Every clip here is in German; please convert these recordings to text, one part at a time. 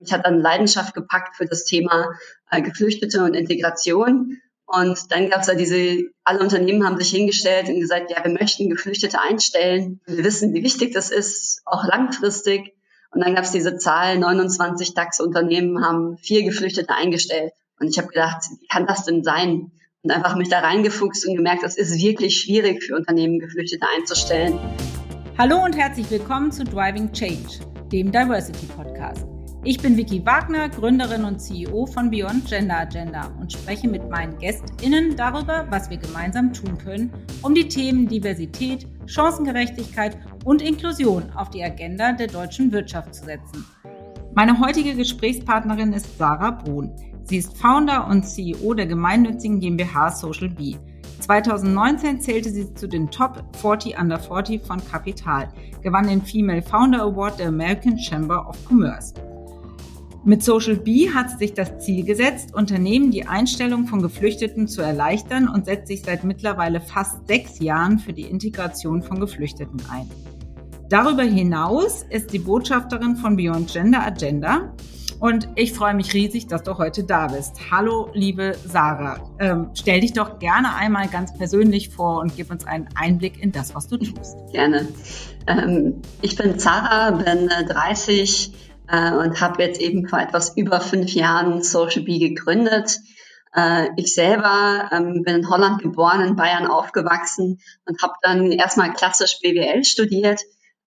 Mich hat dann Leidenschaft gepackt für das Thema Geflüchtete und Integration. Und dann gab es alle Unternehmen haben sich hingestellt und gesagt, ja, wir möchten Geflüchtete einstellen. Wir wissen, wie wichtig das ist, auch langfristig. Und dann gab es diese Zahl, 29 DAX-Unternehmen haben 4 Geflüchtete eingestellt. Und ich habe gedacht, wie kann das denn sein? Und einfach mich da reingefuchst und gemerkt, es ist wirklich schwierig für Unternehmen, Geflüchtete einzustellen. Hallo und herzlich willkommen zu Driving Change, dem Diversity Podcast. Ich bin Vicky Wagner, Gründerin und CEO von Beyond Gender Agenda und spreche mit meinen GästInnen darüber, was wir gemeinsam tun können, um die Themen Diversität, Chancengerechtigkeit und Inklusion auf die Agenda der deutschen Wirtschaft zu setzen. Meine heutige Gesprächspartnerin ist Sarah Brun. Sie ist Founder und CEO der gemeinnützigen GmbH Social Bee. 2019 zählte sie zu den Top 40 Under 40 von Capital, gewann den Female Founder Award der American Chamber of Commerce. Mit Social Bee hat sie sich das Ziel gesetzt, Unternehmen die Einstellung von Geflüchteten zu erleichtern und setzt sich seit mittlerweile fast 6 Jahren für die Integration von Geflüchteten ein. Darüber hinaus ist sie Botschafterin von Beyond Gender Agenda und ich freue mich riesig, dass du heute da bist. Hallo, liebe Sarah. Stell dich doch gerne einmal ganz persönlich vor und gib uns einen Einblick in das, was du tust. Gerne. Ich bin Sarah, bin 30 und habe jetzt eben vor etwas über 5 Jahren Social Bee gegründet. Ich selber bin in Holland geboren, in Bayern aufgewachsen und habe dann erstmal klassisch BWL studiert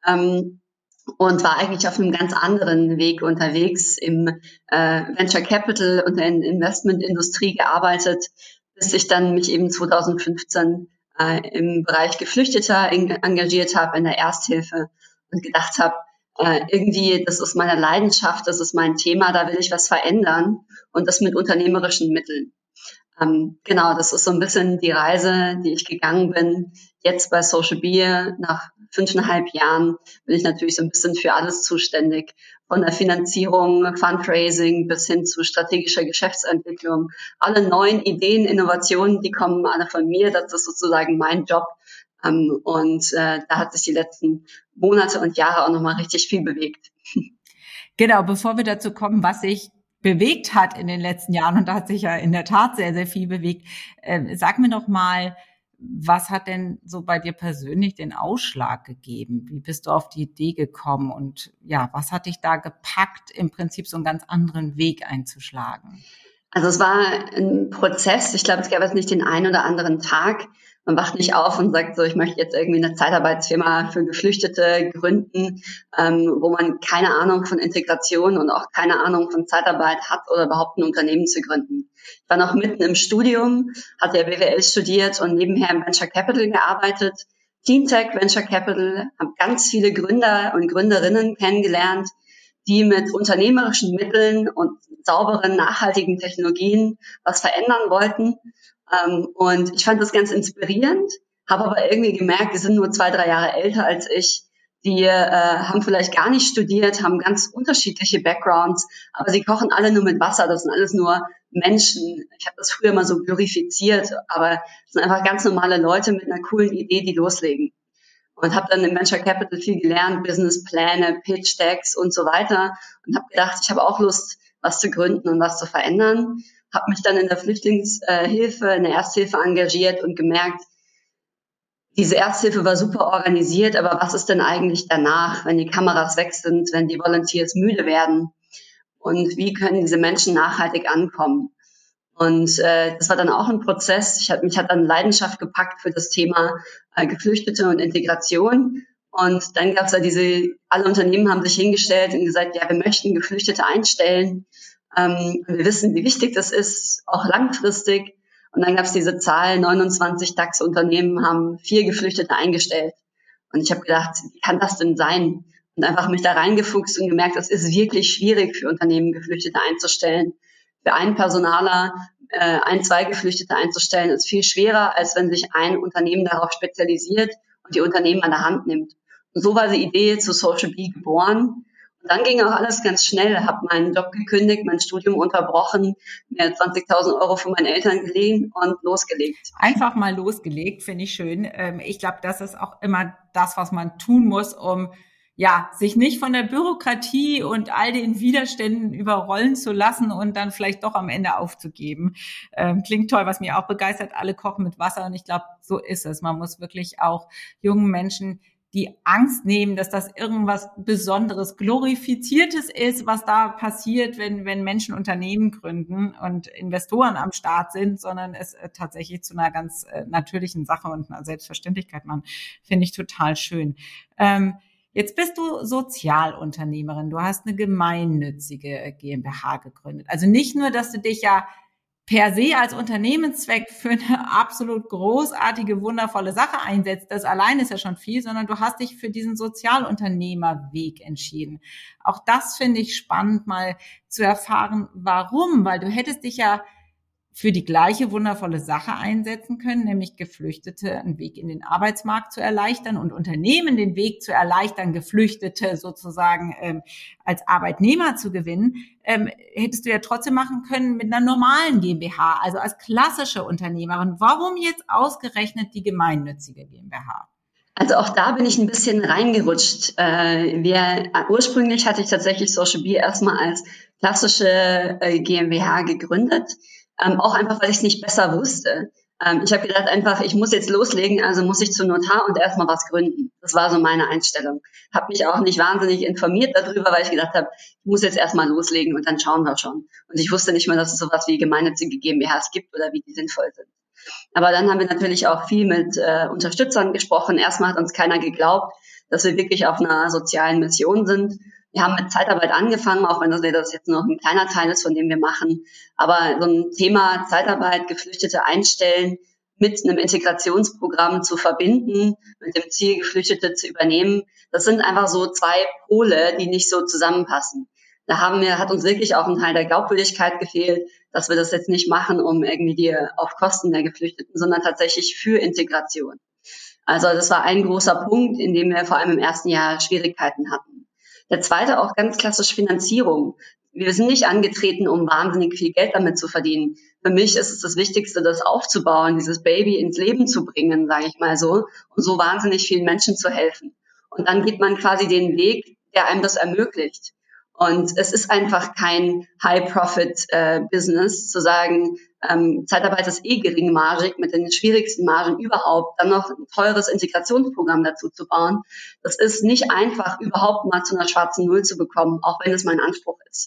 und war eigentlich auf einem ganz anderen Weg unterwegs, im Venture Capital und in der Investmentindustrie gearbeitet, bis ich dann mich eben 2015 im Bereich Geflüchteter engagiert habe, in der Ersthilfe und gedacht habe, irgendwie, das ist meine Leidenschaft, das ist mein Thema, da will ich was verändern und das mit unternehmerischen Mitteln. Genau, das ist so ein bisschen die Reise, die ich gegangen bin. Jetzt bei Social Bee, nach 5,5 Jahren, bin ich natürlich so ein bisschen für alles zuständig. Von der Finanzierung, Fundraising bis hin zu strategischer Geschäftsentwicklung. Alle neuen Ideen, Innovationen, die kommen alle von mir. Das ist sozusagen mein Job. Da hat sich die letzten Monate und Jahre auch nochmal richtig viel bewegt. Genau, bevor wir dazu kommen, was sich bewegt hat in den letzten Jahren, und da hat sich ja in der Tat sehr, sehr viel bewegt, sag mir doch mal, was hat denn so bei dir persönlich den Ausschlag gegeben? Wie bist du auf die Idee gekommen und ja, was hat dich da gepackt, im Prinzip so einen ganz anderen Weg einzuschlagen? Also es war ein Prozess. Ich glaube, es gab jetzt nicht den einen oder anderen Tag. Man wacht nicht auf und sagt so, ich möchte jetzt irgendwie eine Zeitarbeitsfirma für Geflüchtete gründen, wo man keine Ahnung von Integration und auch keine Ahnung von Zeitarbeit hat oder überhaupt ein Unternehmen zu gründen. Ich war noch mitten im Studium, hatte ja BWL studiert und nebenher im Venture Capital gearbeitet. Cleantech, Venture Capital, habe ganz viele Gründer und Gründerinnen kennengelernt, die mit unternehmerischen Mitteln und sauberen, nachhaltigen Technologien was verändern wollten. Und ich fand das ganz inspirierend, habe aber irgendwie gemerkt, die sind nur 2-3 Jahre älter als ich. Die haben vielleicht gar nicht studiert, haben ganz unterschiedliche Backgrounds, aber sie kochen alle nur mit Wasser. Das sind alles nur Menschen. Ich habe das früher mal so glorifiziert, aber es sind einfach ganz normale Leute mit einer coolen Idee, die loslegen. Und habe dann im Venture Capital viel gelernt, Businesspläne, Pitch Decks und so weiter. Und habe gedacht, ich habe auch Lust, was zu gründen und was zu verändern. Habe mich dann in der Flüchtlingshilfe, in der Ersthilfe engagiert und gemerkt, diese Ersthilfe war super organisiert, aber was ist denn eigentlich danach, wenn die Kameras weg sind, wenn die Volunteers müde werden? Und wie können diese Menschen nachhaltig ankommen? Und das war dann auch ein Prozess. Mich hat dann Leidenschaft gepackt für das Thema Geflüchtete und Integration. Und dann gab es alle Unternehmen haben sich hingestellt und gesagt, ja, wir möchten Geflüchtete einstellen. Wir wissen, wie wichtig das ist, auch langfristig. Und dann gab es diese Zahl, 29 DAX-Unternehmen haben 4 Geflüchtete eingestellt. Und ich habe gedacht, wie kann das denn sein? Und einfach mich da reingefuchst und gemerkt, es ist wirklich schwierig für Unternehmen, Geflüchtete einzustellen. Für einen Personaler 2 Geflüchtete einzustellen, ist viel schwerer, als wenn sich ein Unternehmen darauf spezialisiert und die Unternehmen an der Hand nimmt. Und so war die Idee zu Social Bee geboren. Und dann ging auch alles ganz schnell, habe meinen Job gekündigt, mein Studium unterbrochen, mir 20.000 Euro von meinen Eltern geliehen und losgelegt. Einfach mal losgelegt, finde ich schön. Ich glaube, das ist auch immer das, was man tun muss, um sich nicht von der Bürokratie und all den Widerständen überrollen zu lassen und dann vielleicht doch am Ende aufzugeben. Klingt toll, was mich auch begeistert. Alle kochen mit Wasser und ich glaube, so ist es. Man muss wirklich auch jungen Menschen die Angst nehmen, dass das irgendwas Besonderes, Glorifiziertes ist, was da passiert, wenn Menschen Unternehmen gründen und Investoren am Start sind, sondern es tatsächlich zu einer ganz natürlichen Sache und einer Selbstverständlichkeit machen. Finde ich total schön. Jetzt bist du Sozialunternehmerin. Du hast eine gemeinnützige GmbH gegründet. Also nicht nur, dass du dich ja per se als Unternehmenszweck für eine absolut großartige, wundervolle Sache einsetzt, das allein ist ja schon viel, sondern du hast dich für diesen Sozialunternehmerweg entschieden. Auch das finde ich spannend, mal zu erfahren, warum, weil du hättest dich ja für die gleiche wundervolle Sache einsetzen können, nämlich Geflüchtete einen Weg in den Arbeitsmarkt zu erleichtern und Unternehmen den Weg zu erleichtern, Geflüchtete sozusagen als Arbeitnehmer zu gewinnen, hättest du ja trotzdem machen können mit einer normalen GmbH, also als klassische Unternehmerin. Warum jetzt ausgerechnet die gemeinnützige GmbH? Also auch da bin ich ein bisschen reingerutscht. Ursprünglich hatte ich tatsächlich Social Bee erstmal als klassische GmbH gegründet. Auch einfach, weil ich es nicht besser wusste. Ich habe gedacht einfach, ich muss jetzt loslegen, also muss ich zum Notar und erstmal was gründen. Das war so meine Einstellung. Habe mich auch nicht wahnsinnig informiert darüber, weil ich gedacht habe, ich muss jetzt erstmal loslegen und dann schauen wir schon. Und ich wusste nicht mal, dass es sowas wie gemeinnützige GmbHs gibt oder wie die sinnvoll sind. Aber dann haben wir natürlich auch viel mit Unterstützern gesprochen. Erstmal hat uns keiner geglaubt, dass wir wirklich auf einer sozialen Mission sind. Wir haben mit Zeitarbeit angefangen, auch wenn das jetzt noch ein kleiner Teil ist, von dem wir machen. Aber so ein Thema Zeitarbeit, Geflüchtete einstellen, mit einem Integrationsprogramm zu verbinden, mit dem Ziel, Geflüchtete zu übernehmen, das sind einfach so zwei Pole, die nicht so zusammenpassen. Hat uns wirklich auch ein Teil der Glaubwürdigkeit gefehlt, dass wir das jetzt nicht machen, um irgendwie auf Kosten der Geflüchteten, sondern tatsächlich für Integration. Also das war ein großer Punkt, in dem wir vor allem im ersten Jahr Schwierigkeiten hatten. Der zweite auch ganz klassisch Finanzierung. Wir sind nicht angetreten, um wahnsinnig viel Geld damit zu verdienen. Für mich ist es das Wichtigste, das aufzubauen, dieses Baby ins Leben zu bringen, sage ich mal so, und so wahnsinnig vielen Menschen zu helfen. Und dann geht man quasi den Weg, der einem das ermöglicht. Und es ist einfach kein High-Profit-Business, zu sagen, Zeitarbeit ist geringmargig mit den schwierigsten Margen überhaupt, dann noch ein teures Integrationsprogramm dazu zu bauen. Das ist nicht einfach, überhaupt mal zu einer schwarzen Null zu bekommen, auch wenn es mein Anspruch ist.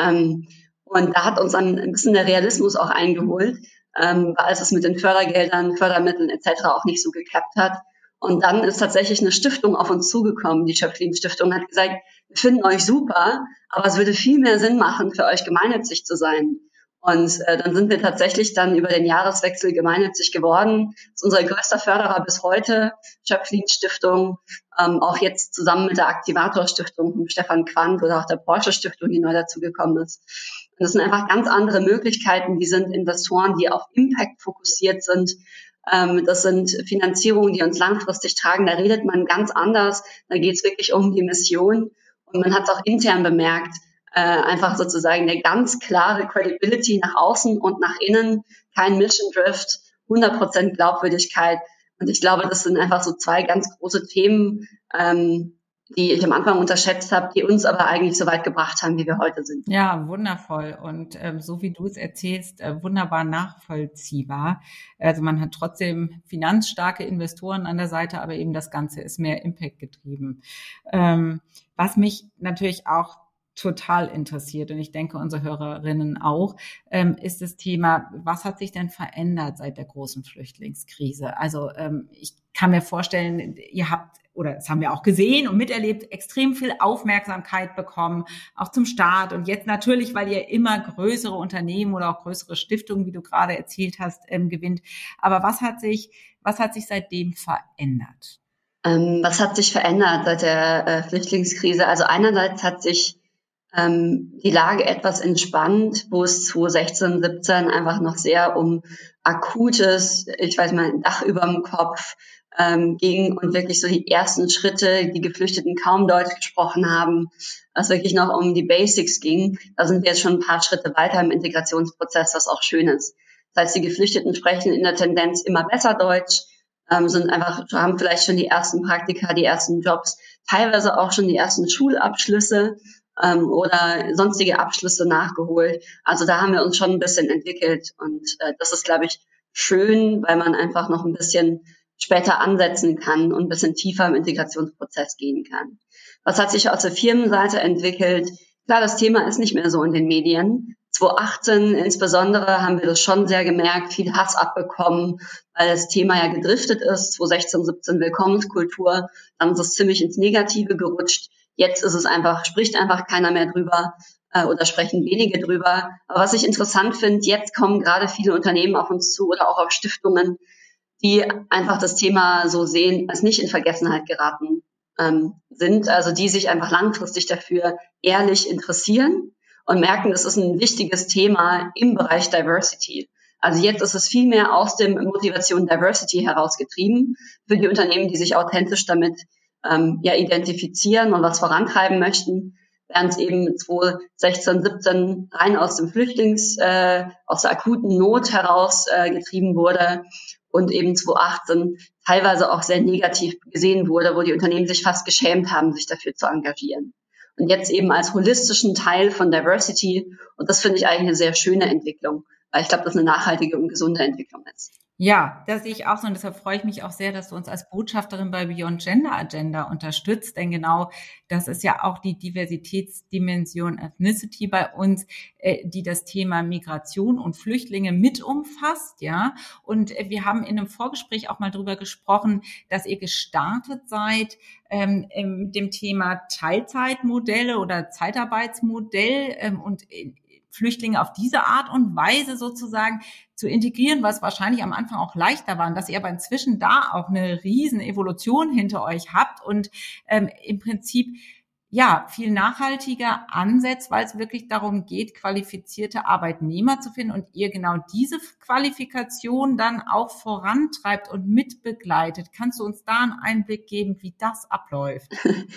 Und da hat uns dann ein bisschen der Realismus auch eingeholt, als es mit den Fördergeldern, Fördermitteln etc. auch nicht so geklappt hat. Und dann ist tatsächlich eine Stiftung auf uns zugekommen. Die Schöpflin-Stiftung hat gesagt, wir finden euch super, aber es würde viel mehr Sinn machen, für euch gemeinnützig zu sein. Und dann sind wir tatsächlich dann über den Jahreswechsel gemeinnützig geworden. Das ist unser größter Förderer bis heute, Schöpflin-Stiftung, auch jetzt zusammen mit der Aktivator-Stiftung von Stefan Quandt oder auch der Porsche-Stiftung, die neu dazugekommen ist. Und das sind einfach ganz andere Möglichkeiten. Die sind Investoren, die auf Impact fokussiert sind. Das sind Finanzierungen, die uns langfristig tragen. Da redet man ganz anders. Da geht es wirklich um die Mission. Und man hat es auch intern bemerkt, einfach sozusagen eine ganz klare Credibility nach außen und nach innen, kein Mission Drift, 100% Glaubwürdigkeit. Und ich glaube, das sind einfach so zwei ganz große Themen, die ich am Anfang unterschätzt habe, die uns aber eigentlich so weit gebracht haben, wie wir heute sind. Ja, wundervoll. Und so wie du es erzählst, wunderbar nachvollziehbar. Also man hat trotzdem finanzstarke Investoren an der Seite, aber eben das Ganze ist mehr Impact getrieben. Was mich natürlich auch total interessiert und ich denke unsere Hörerinnen auch, ist das Thema, was hat sich denn verändert seit der großen Flüchtlingskrise? Also ich kann mir vorstellen, ihr habt, oder das haben wir auch gesehen und miterlebt, extrem viel Aufmerksamkeit bekommen, auch zum Start. Und jetzt natürlich, weil ihr immer größere Unternehmen oder auch größere Stiftungen, wie du gerade erzählt hast, gewinnt. Aber was hat sich seitdem verändert? Was hat sich verändert seit der Flüchtlingskrise? Also einerseits hat sich die Lage etwas entspannt, wo es 2016, 17 einfach noch sehr um akutes, ein Dach überm Kopf ging und wirklich so die ersten Schritte, die Geflüchteten kaum Deutsch gesprochen haben, was wirklich noch um die Basics ging. Da sind wir jetzt schon ein paar Schritte weiter im Integrationsprozess, was auch schön ist. Das heißt, die Geflüchteten sprechen in der Tendenz immer besser Deutsch. haben vielleicht schon die ersten Praktika, die ersten Jobs, teilweise auch schon die ersten Schulabschlüsse oder sonstige Abschlüsse nachgeholt. Also da haben wir uns schon ein bisschen entwickelt und das ist, glaube ich, schön, weil man einfach noch ein bisschen später ansetzen kann und ein bisschen tiefer im Integrationsprozess gehen kann. Was hat sich aus der Firmenseite entwickelt? Klar, das Thema ist nicht mehr so in den Medien. 2018 insbesondere haben wir das schon sehr gemerkt, viel Hass abbekommen, weil das Thema ja gedriftet ist. 2016, 17 Willkommenskultur, dann ist es ziemlich ins Negative gerutscht. Jetzt ist es einfach, spricht einfach keiner mehr drüber oder sprechen wenige drüber. Aber was ich interessant finde, jetzt kommen gerade viele Unternehmen auf uns zu oder auch auf Stiftungen, die einfach das Thema so sehen, als nicht in Vergessenheit geraten sind, also die sich einfach langfristig dafür ehrlich interessieren und merken, das ist ein wichtiges Thema im Bereich Diversity. Also jetzt ist es viel mehr aus dem Motivation Diversity herausgetrieben für die Unternehmen, die sich authentisch damit identifizieren und was vorantreiben möchten, während eben 2016, 17 rein aus dem aus der akuten Not heraus getrieben wurde und eben 2018 teilweise auch sehr negativ gesehen wurde, wo die Unternehmen sich fast geschämt haben, sich dafür zu engagieren. Und jetzt eben als holistischen Teil von Diversity. Und das finde ich eigentlich eine sehr schöne Entwicklung, weil ich glaube, dass eine nachhaltige und gesunde Entwicklung ist. Ja, das sehe ich auch so und deshalb freue ich mich auch sehr, dass du uns als Botschafterin bei Beyond Gender Agenda unterstützt, denn genau das ist ja auch die Diversitätsdimension Ethnicity bei uns, die das Thema Migration und Flüchtlinge mit umfasst, ja. Und wir haben in einem Vorgespräch auch mal drüber gesprochen, dass ihr gestartet seid mit dem Thema Teilzeitmodelle oder Zeitarbeitsmodell und Flüchtlinge auf diese Art und Weise sozusagen zu integrieren, was wahrscheinlich am Anfang auch leichter war, und dass ihr aber inzwischen da auch eine riesen Evolution hinter euch habt und im Prinzip ja viel nachhaltiger ansetzt, weil es wirklich darum geht, qualifizierte Arbeitnehmer zu finden und ihr genau diese Qualifikation dann auch vorantreibt und mitbegleitet. Kannst du uns da einen Einblick geben, wie das abläuft?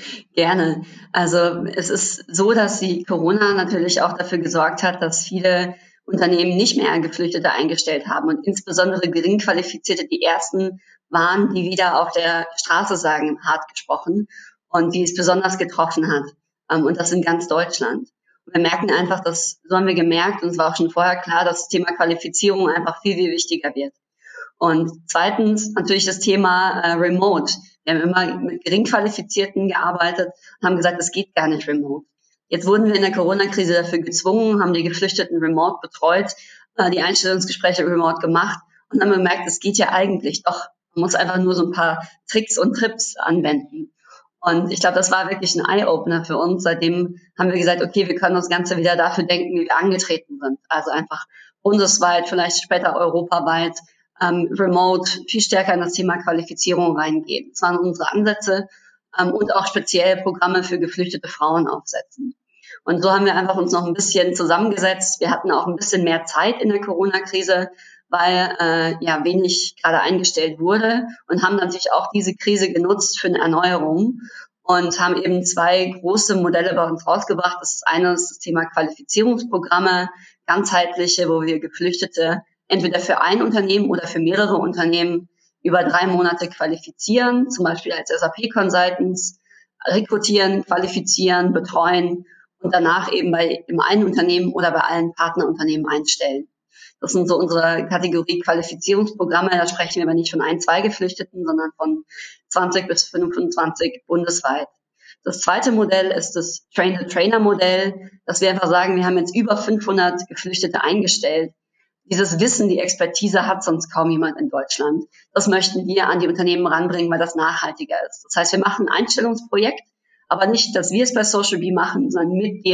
Gerne. Also es ist so, dass die Corona natürlich auch dafür gesorgt hat, dass viele Unternehmen nicht mehr Geflüchtete eingestellt haben und insbesondere gering qualifizierte die ersten waren, die wieder auf der Straße sagen, hart gesprochen, und die es besonders getroffen hat. Und das in ganz Deutschland. Und wir merken einfach, so haben wir gemerkt, und es war auch schon vorher klar, dass das Thema Qualifizierung einfach viel, viel wichtiger wird. Und zweitens natürlich das Thema Remote. Wir haben immer mit gering Qualifizierten gearbeitet und haben gesagt, das geht gar nicht remote. Jetzt wurden wir in der Corona-Krise dafür gezwungen, haben die Geflüchteten remote betreut, die Einstellungsgespräche remote gemacht und haben gemerkt, es geht ja eigentlich doch. Man muss einfach nur so ein paar Tricks und Trips anwenden. Und ich glaube, das war wirklich ein Eye-Opener für uns. Seitdem haben wir gesagt, okay, wir können das Ganze wieder dafür denken, wie wir angetreten sind. Also einfach bundesweit, vielleicht später europaweit, remote viel stärker in das Thema Qualifizierung reingehen. Das waren unsere Ansätze und auch speziell Programme für geflüchtete Frauen aufsetzen. Und so haben wir einfach uns noch ein bisschen zusammengesetzt. Wir hatten auch ein bisschen mehr Zeit in der Corona-Krise, weil wenig gerade eingestellt wurde und haben natürlich auch diese Krise genutzt für eine Erneuerung und haben eben 2 große Modelle bei uns rausgebracht. Das eine ist das Thema Qualifizierungsprogramme, ganzheitliche, wo wir Geflüchtete entweder für ein Unternehmen oder für mehrere Unternehmen über 3 Monate qualifizieren, zum Beispiel als SAP-Consultants, rekrutieren, qualifizieren, betreuen und danach eben im einen Unternehmen oder bei allen Partnerunternehmen einstellen. Das sind so unsere Kategorie Qualifizierungsprogramme. Da sprechen wir aber nicht von 1, 2 Geflüchteten, sondern von 20 bis 25 bundesweit. Das zweite Modell ist das Train-the-Trainer-Modell, dass wir einfach sagen, wir haben jetzt über 500 Geflüchtete eingestellt. Dieses Wissen, die Expertise hat sonst kaum jemand in Deutschland. Das möchten wir an die Unternehmen ranbringen, weil das nachhaltiger ist. Das heißt, wir machen ein Einstellungsprojekt, aber nicht, dass wir es bei Social Bee machen, sondern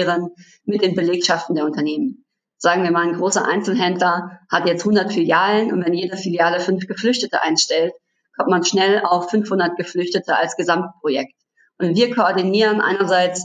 mit den Belegschaften der Unternehmen. Sagen wir mal, ein großer Einzelhändler hat jetzt 100 Filialen und wenn jede Filiale 5 Geflüchtete einstellt, kommt man schnell auf 500 Geflüchtete als Gesamtprojekt. Und wir koordinieren einerseits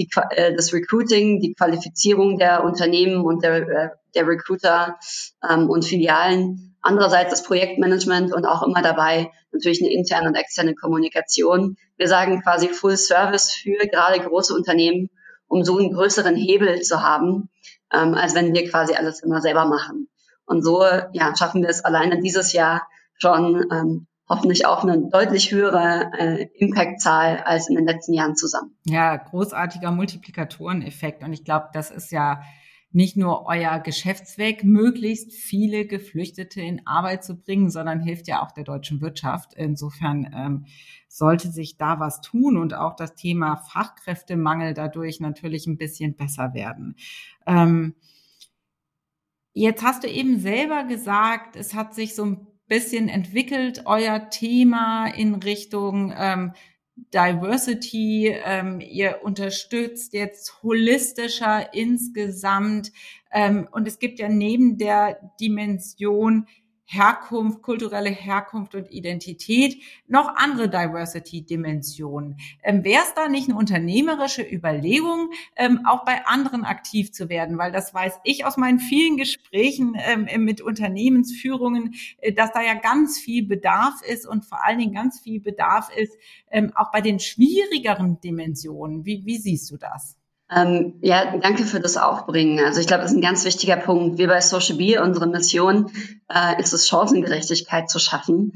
das Recruiting, die Qualifizierung der Unternehmen und der Recruiter und Filialen, andererseits das Projektmanagement und auch immer dabei natürlich eine interne und externe Kommunikation. Wir sagen quasi Full Service für gerade große Unternehmen, um so einen größeren Hebel zu haben, als wenn wir quasi alles immer selber machen. Und so schaffen wir es alleine dieses Jahr schon hoffentlich auch eine deutlich höhere Impact-Zahl als in den letzten Jahren zusammen. Ja, großartiger Multiplikatoreneffekt. Und ich glaube, das ist ja nicht nur euer Geschäftszweck, möglichst viele Geflüchtete in Arbeit zu bringen, sondern hilft ja auch der deutschen Wirtschaft. Insofern sollte sich da was tun und auch das Thema Fachkräftemangel dadurch natürlich ein bisschen besser werden. Jetzt hast du eben selber gesagt, es hat sich so ein bisschen entwickelt, euer Thema in Richtung Diversity, ihr unterstützt jetzt holistischer insgesamt und es gibt ja neben der Dimension Herkunft, kulturelle Herkunft und Identität noch andere Diversity-Dimensionen. Wäre es da nicht eine unternehmerische Überlegung, auch bei anderen aktiv zu werden? Weil das weiß ich aus meinen vielen Gesprächen mit Unternehmensführungen, dass da ja ganz viel Bedarf ist und vor allen Dingen ganz viel Bedarf ist, auch bei den schwierigeren Dimensionen. Wie siehst du das? Ja, danke für das Aufbringen. Also ich glaube, das ist ein ganz wichtiger Punkt. Wir bei Social Bee, unsere Mission ist es, Chancengerechtigkeit zu schaffen.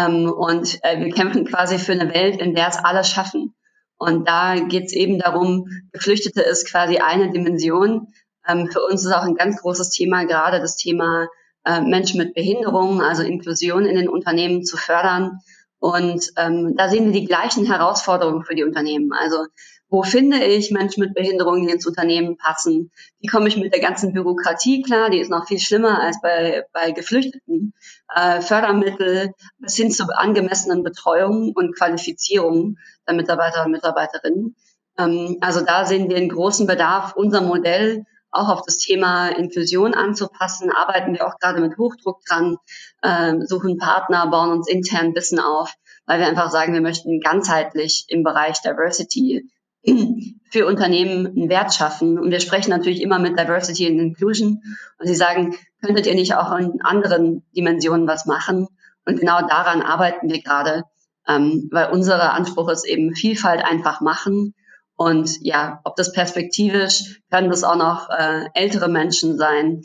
Und wir kämpfen quasi für eine Welt, in der es alle schaffen. Und da geht es eben darum, Geflüchtete ist quasi eine Dimension. Für uns ist auch ein ganz großes Thema, gerade das Thema Menschen mit Behinderung, also Inklusion in den Unternehmen zu fördern. Und da sehen wir die gleichen Herausforderungen für die Unternehmen. Also wo finde ich Menschen mit Behinderungen, die ins Unternehmen passen? Wie komme ich mit der ganzen Bürokratie klar? Die ist noch viel schlimmer als bei Geflüchteten. Fördermittel bis hin zu angemessenen Betreuung und Qualifizierung der Mitarbeiter und Mitarbeiterinnen. Also da sehen wir einen großen Bedarf, unser Modell auch auf das Thema Inklusion anzupassen. Arbeiten wir auch gerade mit Hochdruck dran, suchen Partner, bauen uns intern Wissen auf, weil wir einfach sagen, wir möchten ganzheitlich im Bereich Diversity für Unternehmen einen Wert schaffen. Und wir sprechen natürlich immer mit Diversity and Inclusion. Und sie sagen, könntet ihr nicht auch in anderen Dimensionen was machen? Und genau daran arbeiten wir gerade, weil unser Anspruch ist eben Vielfalt einfach machen. Und ja, ob das perspektivisch, können das auch noch ältere Menschen sein,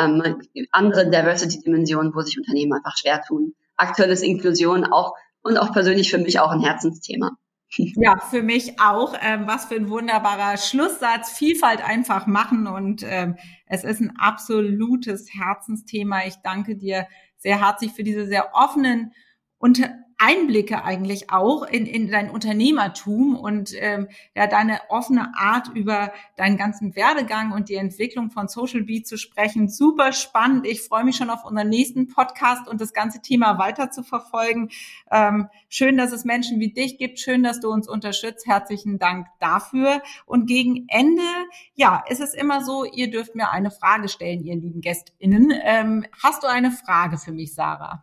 andere Diversity-Dimensionen, wo sich Unternehmen einfach schwer tun. Aktuell ist Inklusion auch und auch persönlich für mich auch ein Herzensthema. Ja, für mich auch. Was für ein wunderbarer Schlusssatz. Vielfalt einfach machen und es ist ein absolutes Herzensthema. Ich danke dir sehr herzlich für diese sehr offenen Einblicke eigentlich auch in dein Unternehmertum und ja deine offene Art über deinen ganzen Werdegang und die Entwicklung von Social Bee zu sprechen. Super spannend. Ich freue mich schon auf unseren nächsten Podcast und das ganze Thema weiter zu verfolgen. Schön, dass es Menschen wie dich gibt. Schön, dass du uns unterstützt. Herzlichen Dank dafür. Und gegen Ende, ja, ist es immer so, ihr dürft mir eine Frage stellen, ihr lieben GästInnen. Hast du eine Frage für mich, Sarah?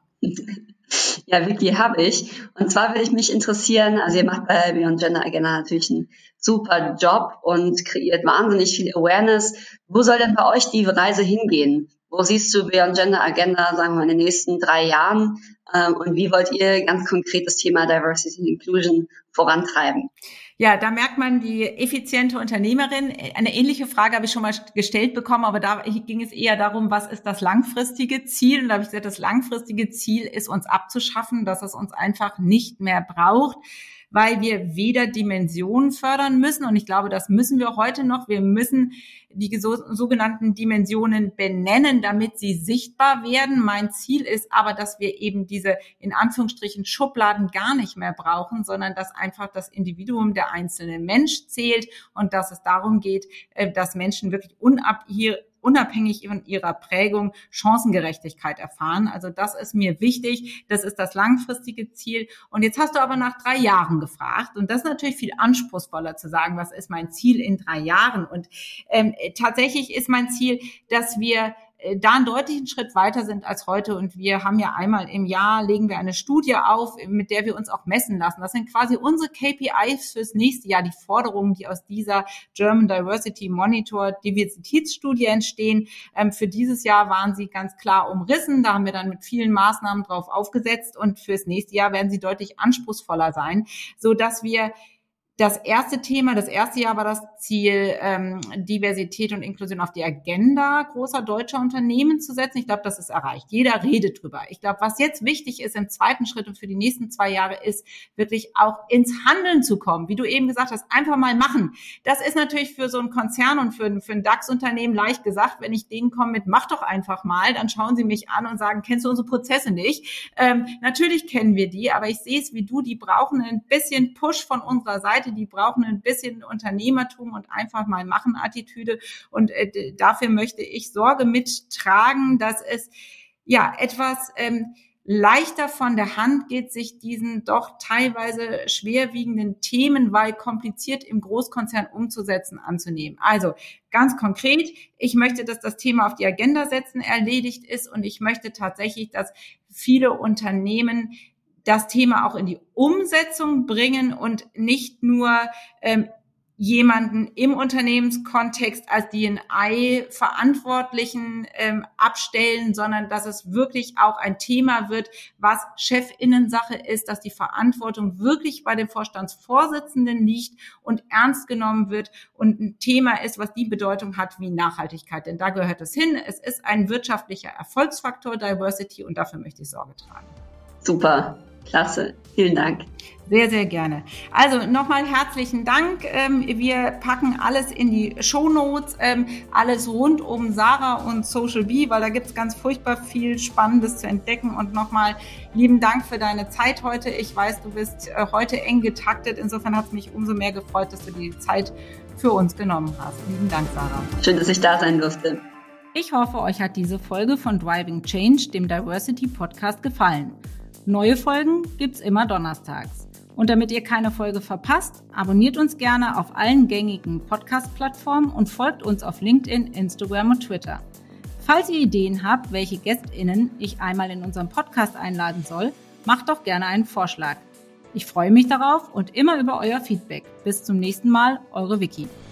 Ja, Vicky, habe ich. Und zwar würde ich mich interessieren, also ihr macht bei Beyond Gender Agenda natürlich einen super Job und kreiert wahnsinnig viel Awareness. Wo soll denn bei euch die Reise hingehen? Wo siehst du Beyond Gender Agenda, sagen wir, in den nächsten 3 Jahren? Und wie wollt ihr ganz konkret das Thema Diversity and Inclusion vorantreiben? Ja, da merkt man die effiziente Unternehmerin. Eine ähnliche Frage habe ich schon mal gestellt bekommen, aber da ging es eher darum, was ist das langfristige Ziel? Und da habe ich gesagt, das langfristige Ziel ist, uns abzuschaffen, dass es uns einfach nicht mehr braucht, weil wir weder Dimensionen fördern müssen. Und ich glaube, das müssen wir heute noch. Wir müssen die sogenannten Dimensionen benennen, damit sie sichtbar werden. Mein Ziel ist aber, dass wir eben diese in Anführungsstrichen Schubladen gar nicht mehr brauchen, sondern dass einfach das Individuum, der einzelne Mensch zählt und dass es darum geht, dass Menschen wirklich unabhängig von ihrer Prägung Chancengerechtigkeit erfahren. Also das ist mir wichtig. Das ist das langfristige Ziel. Und jetzt hast du aber nach 3 Jahren gefragt. Und das ist natürlich viel anspruchsvoller zu sagen, was ist mein Ziel in 3 Jahren? Und tatsächlich ist mein Ziel, dass wir da einen deutlichen Schritt weiter sind als heute. Und wir haben ja einmal im Jahr, legen wir eine Studie auf, mit der wir uns auch messen lassen. Das sind quasi unsere KPIs fürs nächste Jahr, die Forderungen, die aus dieser German Diversity Monitor Diversitätsstudie entstehen. Für dieses Jahr waren sie ganz klar umrissen. Da haben wir dann mit vielen Maßnahmen drauf aufgesetzt. Und fürs nächste Jahr werden sie deutlich anspruchsvoller sein, so dass wir Das erste Jahr war das Ziel, Diversität und Inklusion auf die Agenda großer deutscher Unternehmen zu setzen. Ich glaube, das ist erreicht. Jeder redet drüber. Ich glaube, was jetzt wichtig ist im zweiten Schritt und für die nächsten 2 Jahre ist, wirklich auch ins Handeln zu kommen. Wie du eben gesagt hast, einfach mal machen. Das ist natürlich für so einen Konzern und für ein DAX-Unternehmen leicht gesagt. Wenn ich denen komme mit, mach doch einfach mal, dann schauen sie mich an und sagen, kennst du unsere Prozesse nicht? Natürlich kennen wir die, aber ich sehe es wie du, die brauchen ein bisschen Push von unserer Seite. Die brauchen ein bisschen Unternehmertum und einfach mal machen Attitüde. Und dafür möchte ich Sorge mittragen, dass es etwas leichter von der Hand geht, sich diesen doch teilweise schwerwiegenden Themen, weil kompliziert im Großkonzern umzusetzen, anzunehmen. Also ganz konkret, ich möchte, dass das Thema auf die Agenda setzen erledigt ist und ich möchte tatsächlich, dass viele Unternehmen das Thema auch in die Umsetzung bringen und nicht nur jemanden im Unternehmenskontext als D&I-Verantwortlichen abstellen, sondern dass es wirklich auch ein Thema wird, was Chefinnensache ist, dass die Verantwortung wirklich bei dem Vorstandsvorsitzenden liegt und ernst genommen wird und ein Thema ist, was die Bedeutung hat wie Nachhaltigkeit. Denn da gehört es hin. Es ist ein wirtschaftlicher Erfolgsfaktor, Diversity, und dafür möchte ich Sorge tragen. Super. Klasse, vielen Dank. Sehr, sehr gerne. Also nochmal herzlichen Dank. Wir packen alles in die Shownotes, alles rund um Sarah und Social Bee, weil da gibt es ganz furchtbar viel Spannendes zu entdecken. Und nochmal lieben Dank für deine Zeit heute. Ich weiß, du bist heute eng getaktet. Insofern hat es mich umso mehr gefreut, dass du die Zeit für uns genommen hast. Lieben Dank, Sarah. Schön, dass ich da sein durfte. Ich hoffe, euch hat diese Folge von Driving Change, dem Diversity Podcast, gefallen. Neue Folgen gibt's immer donnerstags. Und damit ihr keine Folge verpasst, abonniert uns gerne auf allen gängigen Podcast-Plattformen und folgt uns auf LinkedIn, Instagram und Twitter. Falls ihr Ideen habt, welche GästInnen ich einmal in unserem Podcast einladen soll, macht doch gerne einen Vorschlag. Ich freue mich darauf und immer über euer Feedback. Bis zum nächsten Mal, eure Vicky.